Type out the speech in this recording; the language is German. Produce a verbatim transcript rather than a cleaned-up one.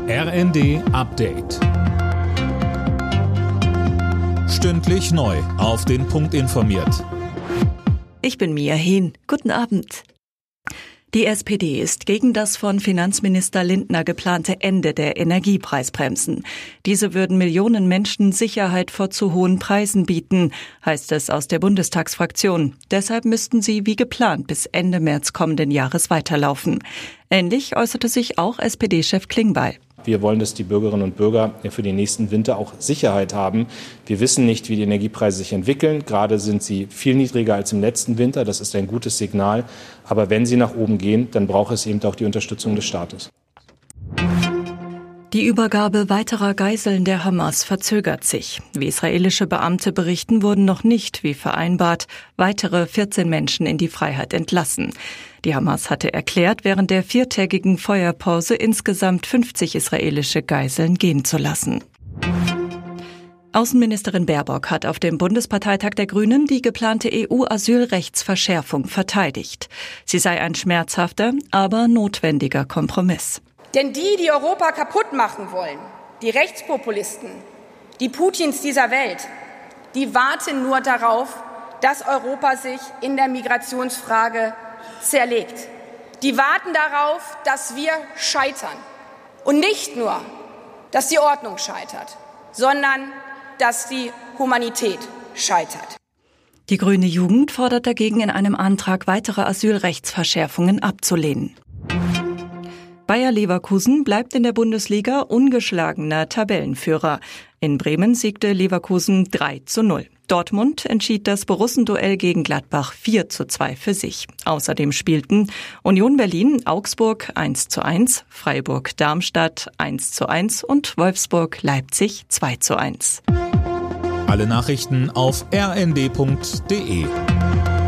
R N D Update. Stündlich neu auf den Punkt informiert. Ich bin Mia Hehn. Guten Abend. Die S P D ist gegen das von Finanzminister Lindner geplante Ende der Energiepreisbremsen. Diese würden Millionen Menschen Sicherheit vor zu hohen Preisen bieten, heißt es aus der Bundestagsfraktion. Deshalb müssten sie wie geplant bis Ende März kommenden Jahres weiterlaufen. Ähnlich äußerte sich auch S P D-Chef Klingbeil. Wir wollen, dass die Bürgerinnen und Bürger für den nächsten Winter auch Sicherheit haben. Wir wissen nicht, wie die Energiepreise sich entwickeln. Gerade sind sie viel niedriger als im letzten Winter. Das ist ein gutes Signal. Aber wenn sie nach oben gehen, dann braucht es eben auch die Unterstützung des Staates. Die Übergabe weiterer Geiseln der Hamas verzögert sich. Wie israelische Beamte berichten, wurden noch nicht, wie vereinbart, weitere vierzehn Menschen in die Freiheit entlassen. Die Hamas hatte erklärt, während der viertägigen Feuerpause insgesamt fünfzig israelische Geiseln gehen zu lassen. Außenministerin Baerbock hat auf dem Bundesparteitag der Grünen die geplante E U-Asylrechtsverschärfung verteidigt. Sie sei ein schmerzhafter, aber notwendiger Kompromiss. Denn die, die Europa kaputt machen wollen, die Rechtspopulisten, die Putins dieser Welt, die warten nur darauf, dass Europa sich in der Migrationsfrage zerlegt. Die warten darauf, dass wir scheitern. Und nicht nur, dass die Ordnung scheitert, sondern dass die Humanität scheitert. Die Grüne Jugend fordert dagegen in einem Antrag, weitere Asylrechtsverschärfungen abzulehnen. Bayer Leverkusen bleibt in der Bundesliga ungeschlagener Tabellenführer. In Bremen siegte Leverkusen drei zu null. Dortmund entschied das Borussenduell gegen Gladbach vier zu zwei für sich. Außerdem spielten Union Berlin Augsburg eins zu eins, Freiburg Darmstadt eins zu eins und Wolfsburg Leipzig zwei zu eins. Alle Nachrichten auf r n d punkt d e.